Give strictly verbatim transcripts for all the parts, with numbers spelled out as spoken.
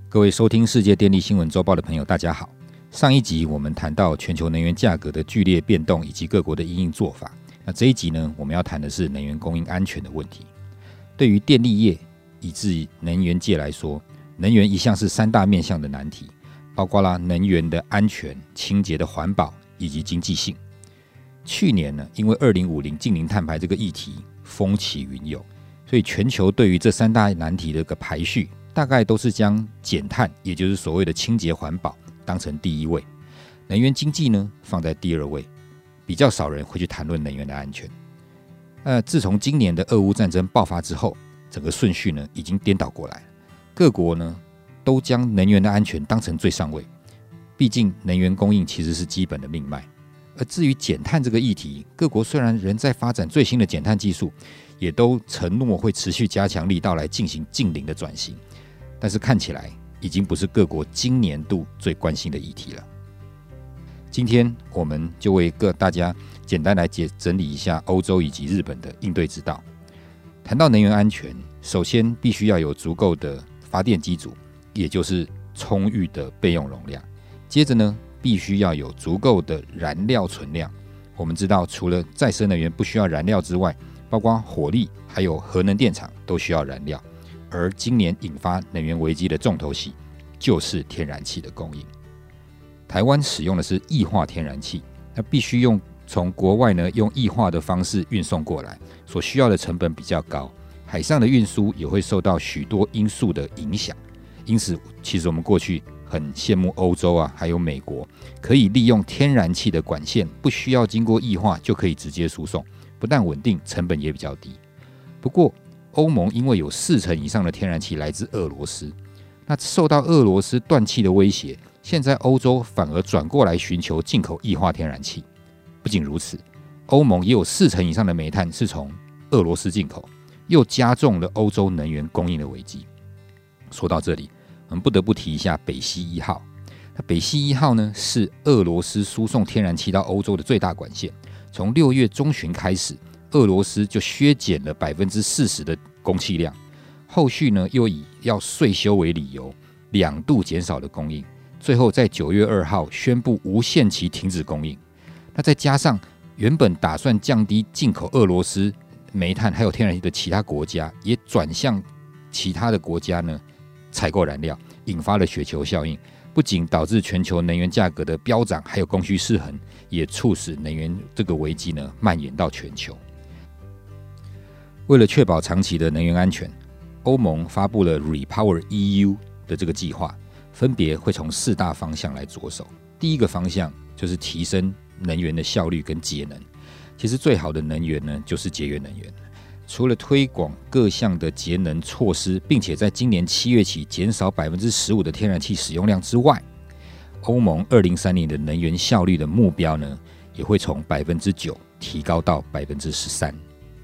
各位收听世界电力新闻周报的朋友大家好。上一集我们谈到全球能源价格的剧烈变动以及各国的因应做法，那这一集呢，我们要谈的是能源供应安全的问题。对于电力业以至能源界来说，能源一向是三大面向的难题，包括了能源的安全、清洁的环保以及经济性。去年呢，因为二零五零净零碳排这个议题风起云涌，所以全球对于这三大难题的一个排序，大概都是将减碳，也就是所谓的清洁环保当成第一位，能源经济呢放在第二位，比较少人会去谈论能源的安全。呃，自从今年的俄乌战争爆发之后，整个顺序呢已经颠倒过来，各国呢都将能源的安全当成最上位，毕竟能源供应其实是基本的命脉。而至于减碳这个议题，各国虽然仍在发展最新的减碳技术，也都承诺会持续加强力道来进行净零的转型，但是看起来已经不是各国今年度最关心的议题了。今天我们就为各大家简单来整理一下欧洲以及日本的应对之道。谈到能源安全，首先必须要有足够的发电机组，也就是充裕的备用容量。接着呢，必须要有足够的燃料存量。我们知道，除了再生能源不需要燃料之外，包括火力还有核能电厂都需要燃料。而今年引发能源危机的重头戏就是天然气的供应。台湾使用的是液化天然气，那必须用从国外呢用液化的方式运送过来，所需要的成本比较高，海上的运输也会受到许多因素的影响。因此，其实我们过去很羡慕欧洲啊，还有美国，可以利用天然气的管线，不需要经过液化就可以直接输送，不但稳定，成本也比较低。不过，欧盟因为有四成以上的天然气来自俄罗斯，那受到俄罗斯断气的威胁，现在欧洲反而转过来寻求进口液化天然气。不仅如此，欧盟也有四成以上的煤炭是从俄罗斯进口，又加重了欧洲能源供应的危机。说到这里，我们不得不提一下北溪一号。那北溪一号呢，是俄罗斯输送天然气到欧洲的最大管线。从六月中旬开始，俄罗斯就削减了百分之四十的供气量，后续呢又以要税收为理由，两度减少了供应，最后在九月二号宣布无限期停止供应。那再加上原本打算降低进口俄罗斯煤炭还有天然气的其他国家，也转向其他的国家呢采购燃料，引发了雪球效应，不仅导致全球能源价格的飙涨，还有供需失衡，也促使能源这个危机呢蔓延到全球。为了确保长期的能源安全，欧盟发布了 Repower E U 的这个计划，分别会从四大方向来着手。第一个方向就是提升能源的效率跟节能。其实最好的能源呢，就是节约能源。除了推广各项的节能措施，并且在今年七月起减少 百分之十五 的天然气使用量之外，欧盟二零三零的能源效率的目标呢，也会从 百分之九 提高到 百分之十三。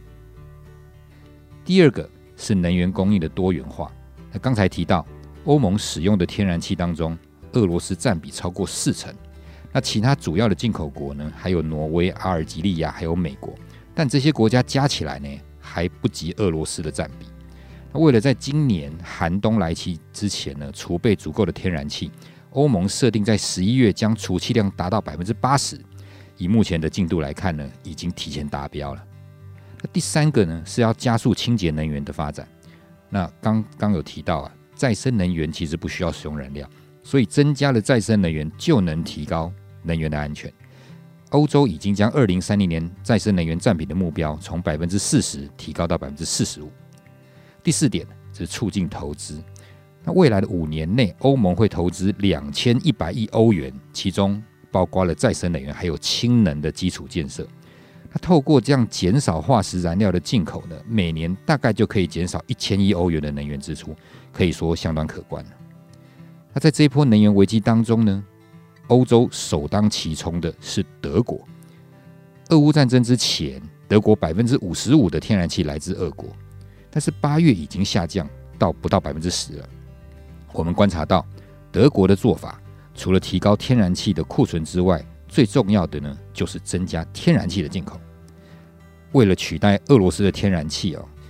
第二个是能源供应的多元化。那刚才提到，欧盟使用的天然气当中，俄罗斯占比超过四成。那其他主要的进口国呢，还有挪威、阿尔及利亚，还有美国。但这些国家加起来呢，还不及俄罗斯的占比。那为了在今年寒冬来袭之前呢，储备足够的天然气，欧盟设定在十一月将储气量达到 百分之八十。以目前的进度来看呢，已经提前达标了。那第三个呢，是要加速清洁能源的发展。那刚刚有提到啊，再生能源其实不需要使用燃料，所以增加了再生能源就能提高能源的安全。欧洲已经将二零三零年再生能源占比的目标从 百分之四十 提高到 百分之四十五。第四点是促进投资。那未来的五年内，欧盟会投资两千一百亿欧元，其中包括了再生能源还有氢能的基础建设。那透过这样减少化石燃料的进口呢，每年大概就可以减少一千亿欧元的能源支出，可以说相当可观了。那在这一波能源危机当中呢，欧洲首当其冲的是德国。俄乌战争之前，德国 百分之五十五 的天然气来自俄国，但是八月已经下降到不到 百分之十 了。我们观察到，德国的做法除了提高天然气的库存之外，最重要的呢，就是增加天然气的进口。为了取代俄罗斯的天然气、哦、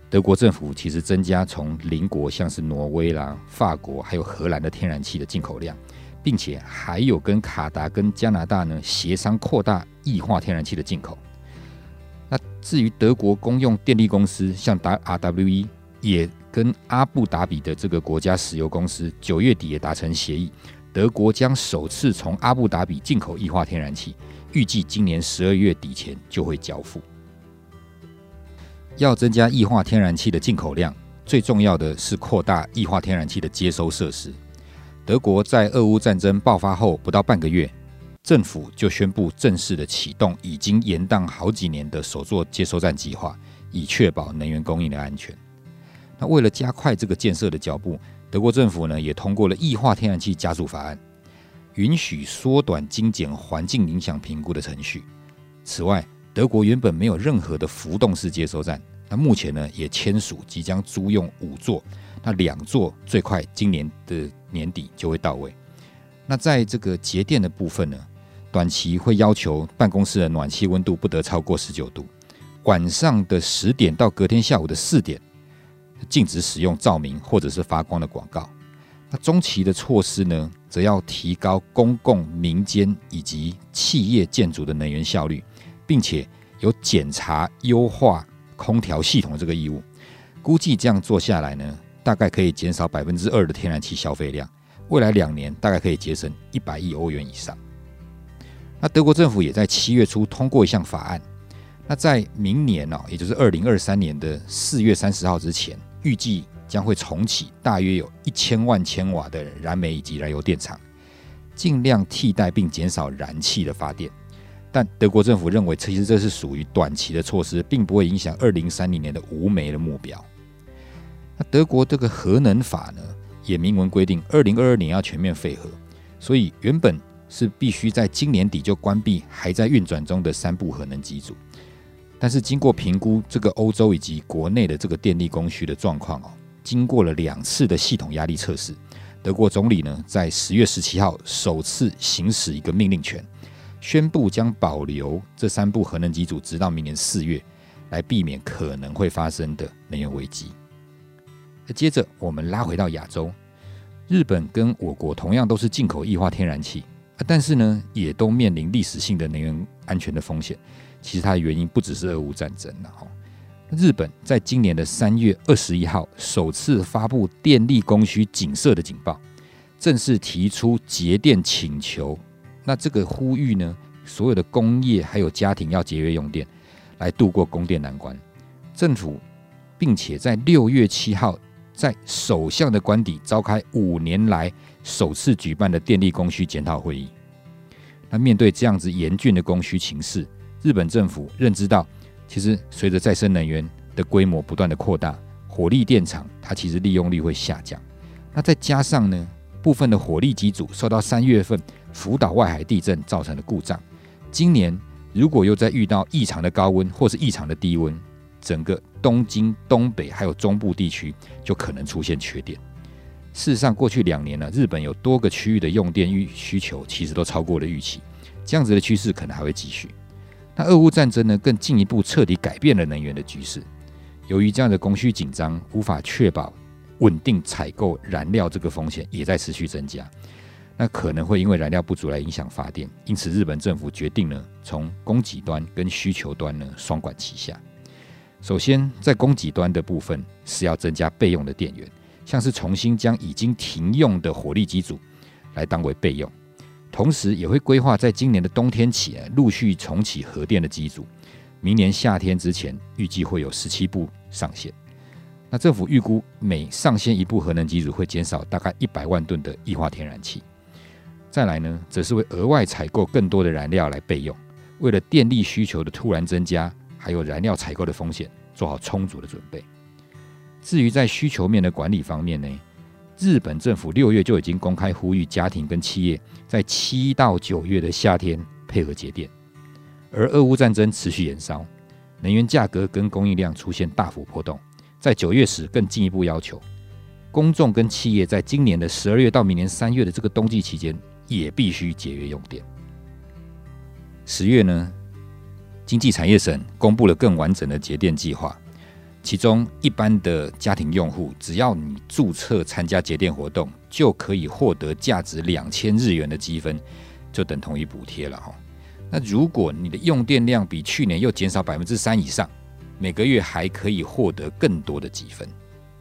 德国政府其实增加从邻国像是挪威啦、法国还有荷兰的天然气的进口量，并且还有跟卡达跟加拿大呢协商扩大液化天然气的进口。那至于德国公用电力公司像 R W E 也跟阿布达比的这个国家石油公司九月底也达成协议，德国将首次从阿布达比进口液化天然气，预计今年十二月底前就会交付。要增加液化天然气的进口量，最重要的是扩大液化天然气的接收设施。德国在俄乌战争爆发后不到半个月，政府就宣布正式的启动已经延宕好几年的首座接收站计划，以确保能源供应的安全。那为了加快这个建设的脚步，德国政府呢也通过了液化天然气加速法案，允许缩短精简环境影响评估的程序。此外，德国原本没有任何的浮动式接收站，那目前呢也签署即将租用五座，那两座最快今年的年底就会到位。那在这个节电的部分呢，短期会要求办公室的暖气温度不得超过十九度，晚上的十点到隔天下午的四点禁止使用照明或者是发光的广告。那中期的措施呢，则要提高公共、民间以及企业建筑的能源效率，并且有检查优化空调系统的这个义务。估计这样做下来呢，大概可以减少 百分之二 的天然气消费量，未来两年大概可以节省一百亿欧元以上。那德国政府也在七月初通过一项法案，那在明年、哦、也就是二零二三年的四月三十号之前，预计将会重启大约有一千万千瓦的燃煤以及燃油电厂，尽量替代并减少燃气的发电。但德国政府认为，其实这是属于短期的措施，并不会影响二零三零年的无煤的目标。那德国这个核能法呢，也明文规定二零二二年要全面废核，所以原本是必须在今年底就关闭还在运转中的三部核能机组。但是经过评估这个欧洲以及国内的这个电力供需的状况、哦、经过了两次的系统压力测试，德国总理呢在十月十七号首次行使一个命令权，宣布将保留这三部核能机组直到明年四月，来避免可能会发生的能源危机。接着我们拉回到亚洲，日本跟我国同样都是进口液化天然气，但是呢也都面临历史性的能源安全的风险。其实它的原因不只是俄乌战争、啊、日本在今年的三月二十一号首次发布电力供需警示的警报，正式提出节电请求。那这个呼吁呢，所有的工业还有家庭要节约用电，来度过供电难关。政府并且在六月七号在首相的官邸召开五年来首次举办的电力供需检讨会议。那面对这样子严峻的供需情势，日本政府认知到，其实随着再生能源的规模不断的扩大，火力电厂它其实利用率会下降。那再加上呢，部分的火力机组受到三月份福岛外海地震造成的故障，今年如果又再遇到异常的高温或是异常的低温，整个东京、东北还有中部地区就可能出现缺电。事实上，过去两年呢，日本有多个区域的用电需求其实都超过了预期，这样子的趋势可能还会继续。那俄乌战争呢，更进一步彻底改变了能源的局势。由于这样的供需紧张，无法确保稳定采购燃料，这个风险也在持续增加。那可能会因为燃料不足来影响发电，因此日本政府决定呢，从供给端跟需求端呢双管齐下。首先，在供给端的部分是要增加备用的电源，像是重新将已经停用的火力机组来当为备用。同时也会规划在今年的冬天起陆续重启核电的机组，明年夏天之前预计会有十七部上线。那政府预估每上线一部核能机组会减少大概一百万吨的液化天然气。再来呢，则是会额外采购更多的燃料来备用，为了电力需求的突然增加，还有燃料采购的风险，做好充足的准备。至于在需求面的管理方面呢，日本政府六月就已经公开呼吁家庭跟企业在七到九月的夏天配合节电，而俄乌战争持续延烧，能源价格跟供应量出现大幅波动，在九月时更进一步要求公众跟企业在今年的十二月到明年三月的这个冬季期间也必须节约用电。十月呢，经济产业省公布了更完整的节电计划， 其中一般的家庭用户，只要你注册参加节电活动，就可以获得价值两千日元的积分，就等同于补贴了。那如果你的用电量比去年又减少 百分之三 以上，每个月还可以获得更多的积分。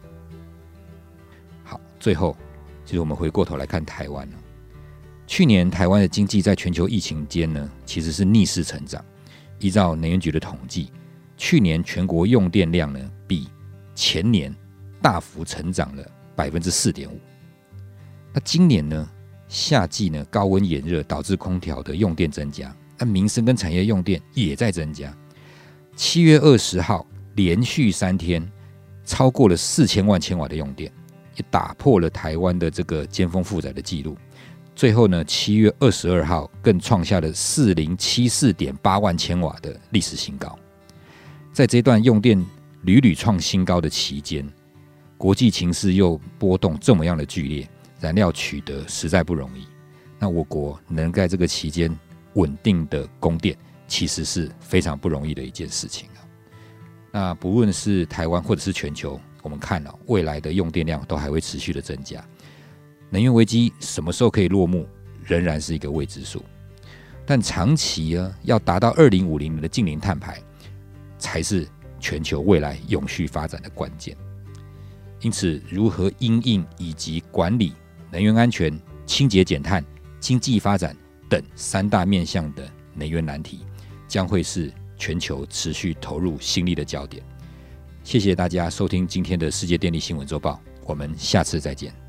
好，最后其实我们回过头来看台湾，去年台湾的经济在全球疫情间呢，其实是逆势成长。依照能源局的统计，去年全国用电量呢，比前年大幅成长了 百分之四点五。那今年呢，夏季呢高温炎热导致空调的用电增加，那民生跟产业用电也在增加。七月二十号连续三天超过了四千万千瓦的用电，也打破了台湾的这个尖峰负载的记录。最后呢，七月二十二号更创下了四零七四点八万千瓦的历史新高。在这段用电屡屡创新高的期间，国际情势又波动这么样的剧烈，燃料取得实在不容易。那我国能在这个期间稳定的供电，其实是非常不容易的一件事情。那不论是台湾或者是全球，我们看了未来的用电量都还会持续的增加。能源危机什么时候可以落幕，仍然是一个未知数。但长期呢，要达到二零五零年的净零碳排，才是全球未来永续发展的关键。因此，如何因应以及管理能源安全、清洁减碳、经济发展等三大面向的能源难题，将会是全球持续投入心力的焦点。谢谢大家收听今天的世界电力新闻周报，我们下次再见。